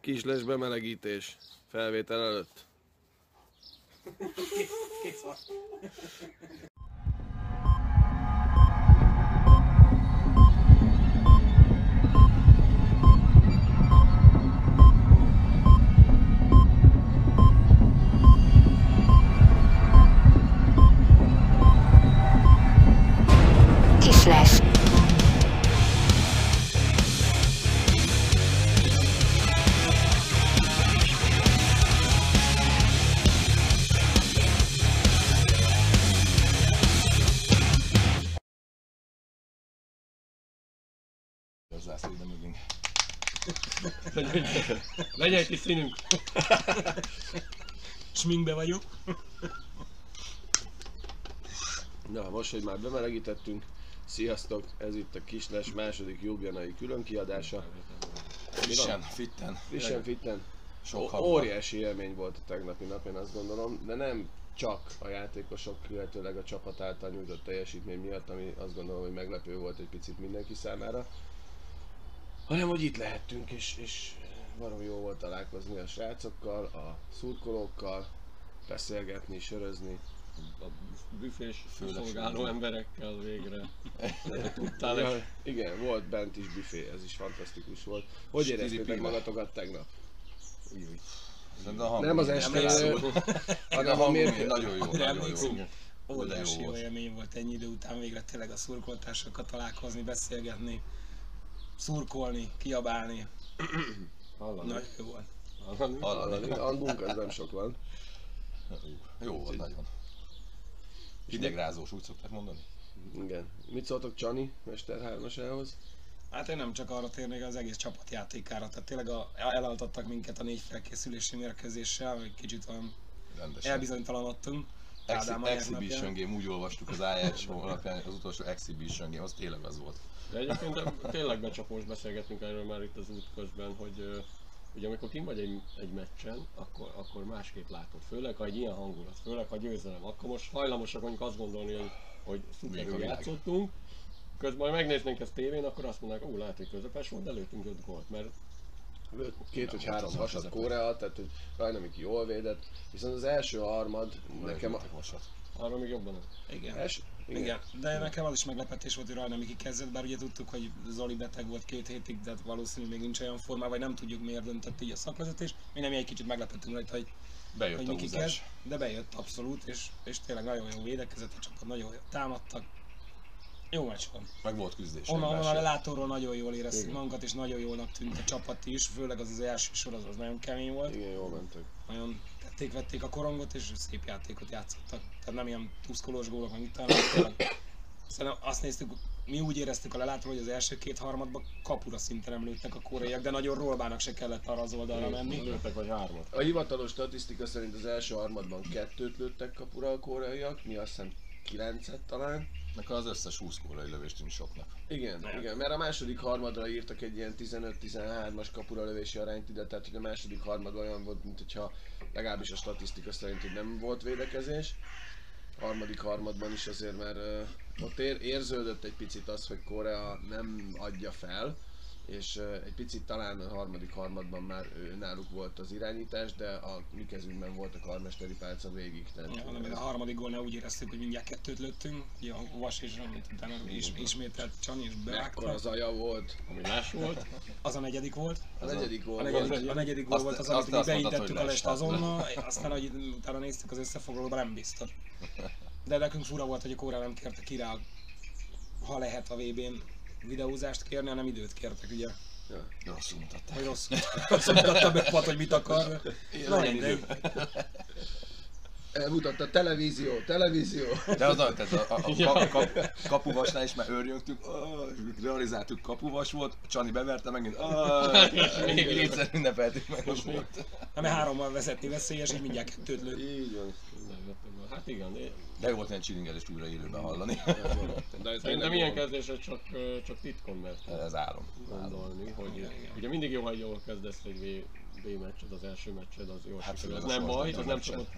Kisles bemelegítés felvétel előtt. Kész van. Kisles. Zászló ide mögénk. Legyen egy kis színünk. Sminkbe vagyok. Na, most, hogy már bemelegítettünk, sziasztok! Ez itt a Kisles második jobbjanai különkiadása. Frissen, fitten. Sok Óriási élmény volt a tegnapi nap, én azt gondolom, de nem csak a játékosok, illetőleg a csapat által nyújtott teljesítmény miatt, ami azt gondolom, hogy meglepő volt egy picit mindenki számára, hanem hogy itt lehettünk, és valami jó volt találkozni a srácokkal, a szurkolókkal, beszélgetni, sörözni. A büfés szolgáló emberekkel végre tudtál Ja, igen, volt bent is büfé, ez is fantasztikus volt. Hogy éreztétek magatokat tegnap? Nem az este, hanem a mérkőzés. Nagyon jó, nagyon jó. Óriási jó élmény volt ennyi idő után végre tényleg a szurkoltásokkal találkozni, beszélgetni, szurkolni, kiabálni. Nagyon jó volt. Hallani, hangunk az nem sok van. Jó volt nagyon. Hidegrázós, úgy szokták mondani? Igen. Mit szóltok Csani, Mester 3-asához? Hát én nem csak arra térnék, az egész csapatjátékára, tehát tényleg elaltattak minket a 4 felkészülési mérkőzéssel, hogy kicsit olyan elbizonytalanodtunk. Exhibition game, úgy olvastuk az IH alapján, az utolsó Exhibition game, az tényleg az volt. De egyébként tényleg becsapós beszélgetünk erről már itt az út közben, hogy ugye amikor kim vagy egy meccsen, akkor másképp látod, főleg ha egy ilyen hangulat, főleg ha győzelem, akkor most hajlamosak vagyunk azt gondolni, hogy szuperül játszottunk, közben majd megnéznénk ezt tévén, akkor azt mondanák, lehet, hogy közepes volt, de lőttünk 5 gólt, mert 2 vagy 3 vasat Korea, tehát hogy Rajnamiki jól védett, viszont az első harmad nekem... Arra még jobban nem. Igen, de nekem az is meglepetés volt, hogy Rajnamiki kezdett, bár ugye tudtuk, hogy Zoli beteg volt 2 hétig, de valószínűleg még nincs olyan formában, vagy nem tudjuk miért döntött így a szakvezetés. Mi nem egy kicsit meglepettünk rajta, hogy bejött a húzás. De bejött abszolút, és tényleg nagyon jó védekezett a csapat, nagyon jól támadtak. Jó meccs van. Meg volt küzdés. Onnan a lelátóról nagyon jól éreztük magunkat, és nagyon jónak tűnt a csapat is, főleg az első sor az nagyon kemény volt. Igen, jól mentek. Nagyon vették a korongot, és szép játékot játszottak. Tehát nem ilyen tuszkolós gólok, meg itt tényleg. Szerintem azt néztük, mi úgy éreztük a lelátóról, hogy az első 2 harmadban kapura szinten nem lőttek a koreaiak, de nagyon Rolbának se kellett arra az oldalra menni. Lőttek vagy 3-at. A hivatalos statisztika szerint az első harmadban 2-t lőttek kapura a koreaiak, mi azt hiszem 9-et talán. Nekem az összes 20 koreai lövést tűnt soknak. Igen, mert a második harmadra írtak egy ilyen 15-13-as kapura lövési arányt ide, tehát hogy a második harmadban olyan volt, mint hogyha legalábbis a statisztika szerint, hogy nem volt védekezés. A harmadik harmadban is azért már ott érződött egy picit az, hogy Korea nem adja fel, és egy picit talán a harmadik harmadban már náluk volt az irányítás, de a mi kezünkben volt a karmesteri pálca végig. A harmadik gólnál úgy éreztük, hogy mindjárt 2-t lőttünk, a Vas és amit utána ismételt Csani és bevágta. Mekkora az aja volt. Ami más volt. Az a negyedik volt. A negyedik gól A negyedik gól volt az, amit mi beítettük a lest azonnal, aztán hogy utána néztük az összefoglalóban, nem biztos. De nekünk fura volt, hogy a Korea nem kérte ki rá, ha lehet a VB-n videózást kérni, hanem időt kértek, ugye? Ja. Rosszul mutatták. Vagy rosszul mutatta be Pat, hogy mit akar. Na mindegy. Elmutatta televízió. De az a kapuvasnál is már őrjöngtünk, realizáltuk kapuvas volt, Csani beverte megint, még egyszer ünnepeltük meg most volt. Nem 3-mal vezetni veszélyes, így mindjárt 2-t lőtt. Így van. Hát igen. De jó volt ilyen csilingelést újra élőben hallani. Szerintem ilyen kezdésre csak titkon mert ez álom. Gondolni, hogy ugye mindig jó, hogy jól kezdesz egy B meccset, az első meccsed, az jó sikerül. Ez nem baj,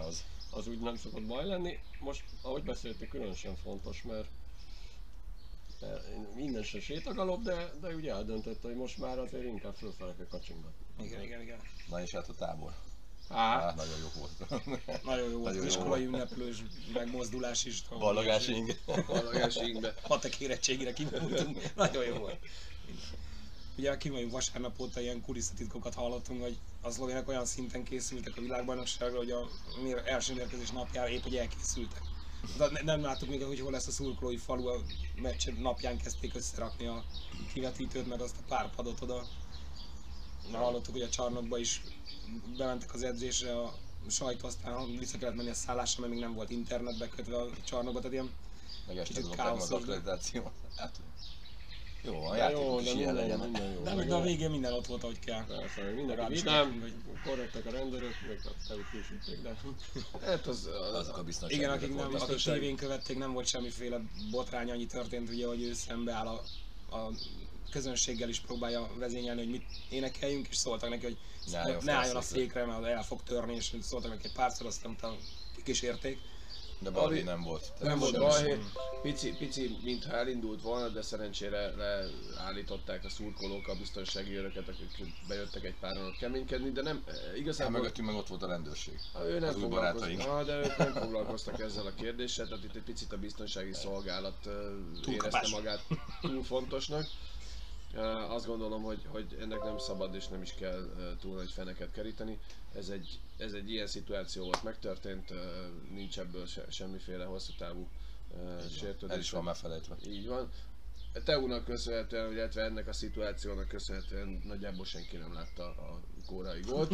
az úgy nem szokott baj lenni. Most, ahogy beszéltük, különösen fontos, mert Minden se sétagalop, de ugye eldöntötte, hogy most már azért inkább fölfele kell kacsingatni. Igen. Na és hát a tábor. Hát, Nagyon jó volt. Nagyon jó volt Nagyon az jó iskolai ünneplős megmozdulás is. Ballagásing. Ballagásingbe. Matek érettségére kivonultunk. Nagyon jó volt. Ugye kim vagyunk vasárnap óta, ilyen kulisszatitkokat hallottunk, hogy a szlovének olyan szinten készültek a világbajnokságra, hogy a első mérkőzés napjára épp hogy elkészültek. De nem láttuk még, hogy hol lesz a szurkolói falu, a meccs napján kezdték összerakni a kivetítőt, meg azt a pár padot oda. Na, hallottuk, hogy a csarnokba is bementek az edzésre a sajtó, aztán vissza kellett menni a szállásra, mert még nem volt internet bekötve a csarnokba, tehát ilyen Meg este kicsit dobták meg az káoszos. akkreditáció. Hát, jó, a jó, játékok is de ilyen minden, legyenek. minden jó. de a végén minden ott volt, ahogy kell. Persze, mindenki Legalábbis vidám, nekünk, hogy- korrektek a rendőrök, még a késíték, de Hát az Azok a biztonsági Igen, akik nem voltak. akik tévén követték, nem volt semmiféle botrány, annyi történt, ugye, hogy ő szembeáll a közönséggel is próbálja vezényelni, hogy mit énekeljünk, és szóltak neki, hogy Ne álljon ne fel a álljon a székre. székre, mert el fog törni, és szóltak neki egy párszor, aztán utána kikísérték. De balhé nem volt. nem volt semmi balhé, sem. pici, mintha elindult volna, de szerencsére leállították a szurkolók a biztonsági őröket, akik bejöttek egy páran ott keménykedni, de nem, Hát igazából mögöttünk meg ott volt a rendőrség. ő nem az új foglalkoztak, barátaink. de ők nem foglalkoztak ezzel a kérdéssel, tehát itt egy picit a biztonsági szolgálat érezte Túlkapás. magát túl fontosnak. Azt gondolom, hogy ennek nem szabad és nem is kell túl nagy feneket keríteni. Ez egy ilyen szituáció volt, megtörtént, nincs ebből semmiféle hosszú távú sértődés. El is van már felejtve. Így van. Teúnak köszönhetően, illetve ennek a szituációnak köszönhetően nagyjából senki nem látta a kórai gólt.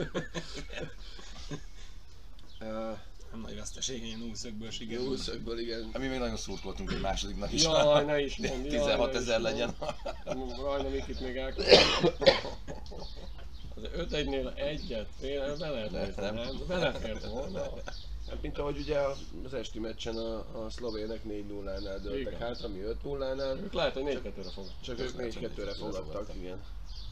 Nem nagy veszteség, ilyen úszökből sikerült. Úszökből igen. Hát mi még nagyon szurkoltunk egy másodiknak is. jaj, ne is mondd, 16 000 legyen. Rajna Mikit még az 5-1-nél egyet, be lehet nézni, nem? Belefért volna. Hát mint ahogy ugye az esti meccsen a szlovének 4-0-nál dőltek Igen. hátra, mi 5-0-nál. Ők lehet, hogy 4-2-re fognak. Csak ők 4-2-re fogadtak, igen.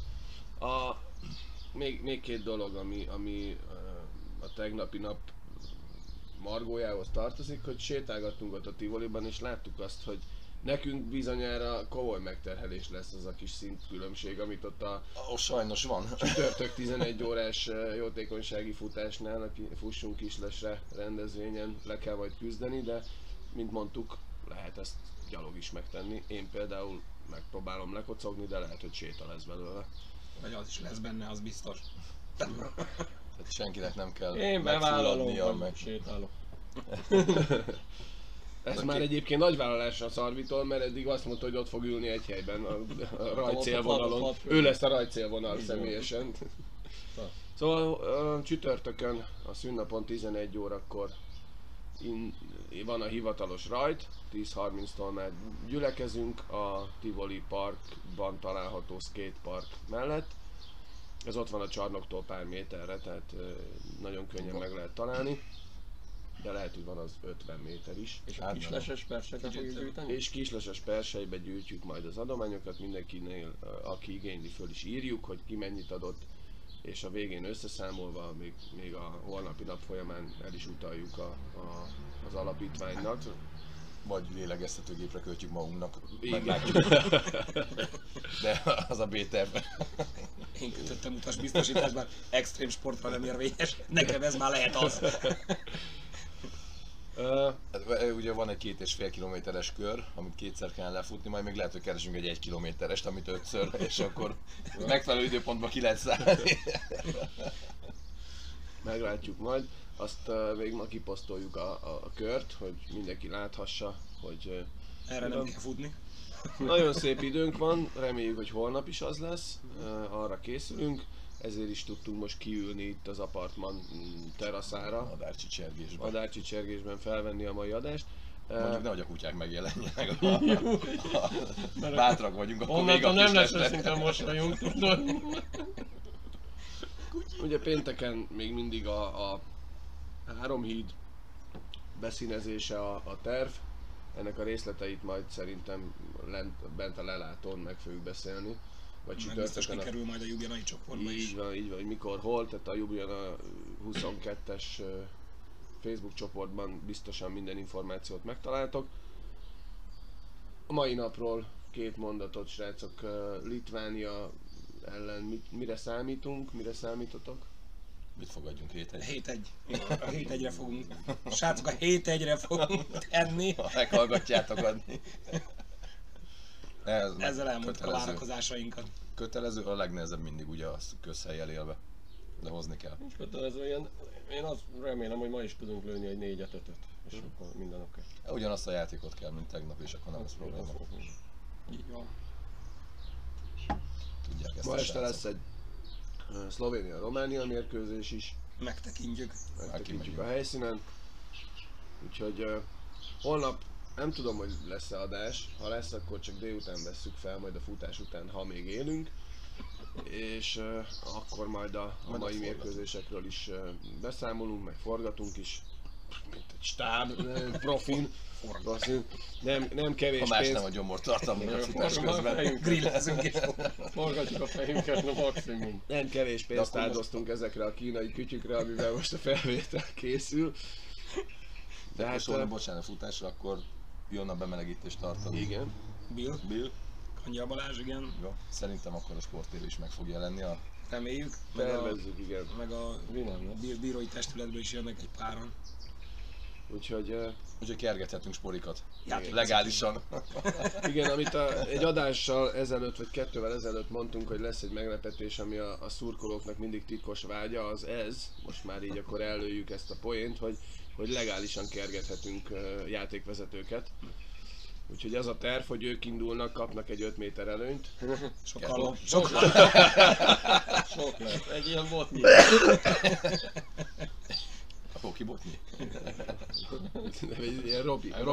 Még két dolog, ami a tegnapi nap margójához tartozik, hogy sétálgattunk ott a Tivoliban, és láttuk azt, hogy nekünk bizonyára komoly megterhelés lesz az a kis szintkülönbség, amit ott a Sajnos van. csütörtök 11 órás jótékonysági futásnál, aki fussunk Kislesre rendezvényen le kell majd küzdeni, de mint mondtuk, lehet ezt gyalog is megtenni. Én például megpróbálom lekocogni, de lehet, hogy séta lesz belőle. Vagy az is lesz benne, az biztos. Tehát senkinek nem kell Én megfulladnia, bevállalom, meg hogy sétálok. Ez már egyébként nagy vállalás a Szarvitól, mert eddig azt mondta, hogy ott fog ülni egy helyben a rajcélvonalon. Ő lesz a rajcélvonal Így van. személyesen. Szóval csütörtökön, a szünnapon 11 órakor van a hivatalos rajt, 10:30-tól már gyülekezünk a Tivoli Parkban található skatepark mellett. Ez ott van a csarnoktól pár méterre, tehát nagyon könnyen meg lehet találni. De lehet, hogy van az 50 méter is. És a Hát, kisleses perseket fogjuk gyűjteni? És Kisleses Perseibe gyűjtjük majd az adományokat, mindenkinél, aki igényli, föl is írjuk, hogy ki mennyit adott, és a végén összeszámolva, még a holnapi nap folyamán el is utaljuk az alapítványnak. vagy lélegeztetőgépre költjük magunknak. Igen. Meglátjuk. De az a B-terv. Én kötöttem utasbiztosításban, extrém sportra nem érvényes, nekem ez már lehet az. Hát, ugye van egy 2,5 kilométeres kör, amit kétszer kell lefutni, majd még lehet, hogy keresünk egy 1 kilométerest, amit 5-ször, és akkor megfelelő időpontban ki lehet szállni. Meglátjuk majd. Azt még ma kiposztoljuk a kört, hogy mindenki láthassa, hogy Erre nem kell futni. nagyon szép időnk van, reméljük, hogy holnap is az lesz, arra készülünk, ezért is tudtunk most kiülni itt az apartman teraszára, Madárcsicsergésben. madárcsicsergésben felvenni a mai adást. Mondjuk nehogy a kutyák megjelenjenek. Bátrak vagyunk, akkor még Onnantól a nem lesz Kislesre. őszintén mosolyunk, tudod? Ugye pénteken még mindig a Háromhíd beszínezése a terv, ennek a részleteit majd szerintem bent a lelátón meg fogjuk beszélni. Vagy Meg biztos csütörtökön kikerül majd a Jubjanai csoportba is. így van, hogy mikor, hol, tehát a Ljubljana 22-es Facebook csoportban biztosan minden információt megtaláltok. A mai napról 2 mondatot, srácok. Litvánia ellen mire számítunk, mire számítotok? Mit fogadjunk 7-1? 7-1. A 7-1-re fogunk. Srácok, a 7-1-re fogunk tenni. Ha meghallgatjátok adni. Ezzel elmondtuk a várakozásainkat. Kötelező, a legnehezebb mindig ugye az közhellyel élve. De hozni kell. Nincs kötelező ilyen. Én azt remélem, hogy ma is tudunk lőni egy 4-5-öt. És akkor minden oké. Ugyanazt a játékot kell, mint tegnap, és akkor nem lesz probléma. Így van. Tudják ezt Ma a este srácok. lesz egy Szlovénia-Románia mérkőzés is. Megtekintjük. Megtekintjük a helyszínen. Úgyhogy holnap nem tudom, hogy lesz-e adás. Ha lesz, akkor csak délután vesszük fel, majd a futás után, ha még élünk. És akkor majd a mai mérkőzésekről is beszámolunk, meg forgatunk is. Mint egy stáb, profin. Nem kevés Ha más pénzt. nem a gyomor tartalmi a futás közben. Grillezünk és Forgatjuk a fejünket a maximum. Nem kevés pénzt áldoztunk ezekre a kínai kütyükre, amivel most a felvétel készül. De hát szólna, bocsánat, futásra, akkor jön a bemelegítés tartalom. Igen. Bill. Kanya Balázs, igen. Jó. Szerintem akkor a sportélő is meg fog jelenni a... Reméljük. Tervezzük, igen. Meg a bírói testületből is jönnek egy páran. Úgyhogy kergethetünk sporikat. Játék. Legálisan. igen, amit egy adással ezelőtt, vagy 2-vel ezelőtt mondtunk, hogy lesz egy meglepetés, ami a szurkolóknak mindig titkos vágya, az ez. Most már így akkor előjük ezt a poént, hogy legálisan kergethetünk játékvezetőket. Úgyhogy az a terv, hogy ők indulnak, kapnak egy 5 méter előnyt. Sok lesz. Egy ilyen botnyi. A pokibotnyi? Ilyen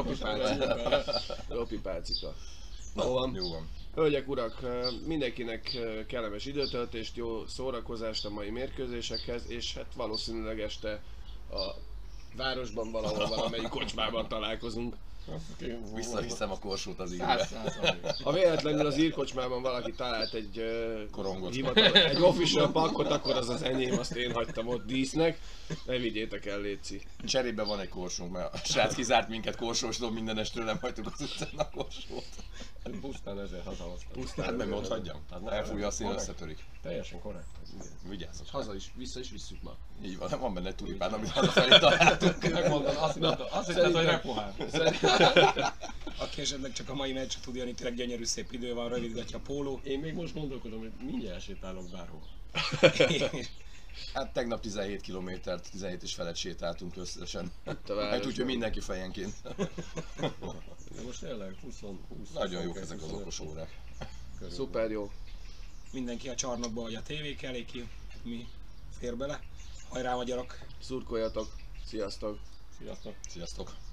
ropi pácika. Jó van. Hölgyek, urak, mindenkinek kellemes időtöltést, jó szórakozást a mai mérkőzésekhez, és hát valószínűleg este a városban valahol valamelyik kocsmában találkozunk. Visszaviszem a korsót az írbe. Ha véletlenül az írkocsmában valaki talált egy Korongot. egy official pakkot, akkor az az enyém, azt én hagytam ott dísznek. Ne vigyétek el, léci. Cserébe van egy korsónk, mert a srác kizárt minket korsósról, minden estről nem hagytuk az utcán a korsót. Pusztán ezért hazahoztam. Hát meg ott hagyjam. Elfújja a szél, összetörik. Teljesen korrekt. Vigyázzak. Haza is, vissza is visszük ma. Így van, van benne egy tulipán, amit hazafelé találtunk. Megmondom, azt hittem, hogy repohár. Aki esetleg csak a mai meccset tudja, hogy tényleg gyönyörű szép idő van, rövidgatja a póló. Én még most gondolkodom, hogy mindjárt sétálok bárhol. Hát tegnap 17 kilométert, 17 és felet sétáltunk összesen. Hát úgyhogy mindenki fejenként. De most tényleg 20. Nagyon jók ezek az okos órák. Szuper jó. Mindenki a csarnokba vagy a tévék elé ki, mi fér bele. Hajrá magyarok! Szurkoljatok. Sziasztok. Sziasztok. Sziasztok.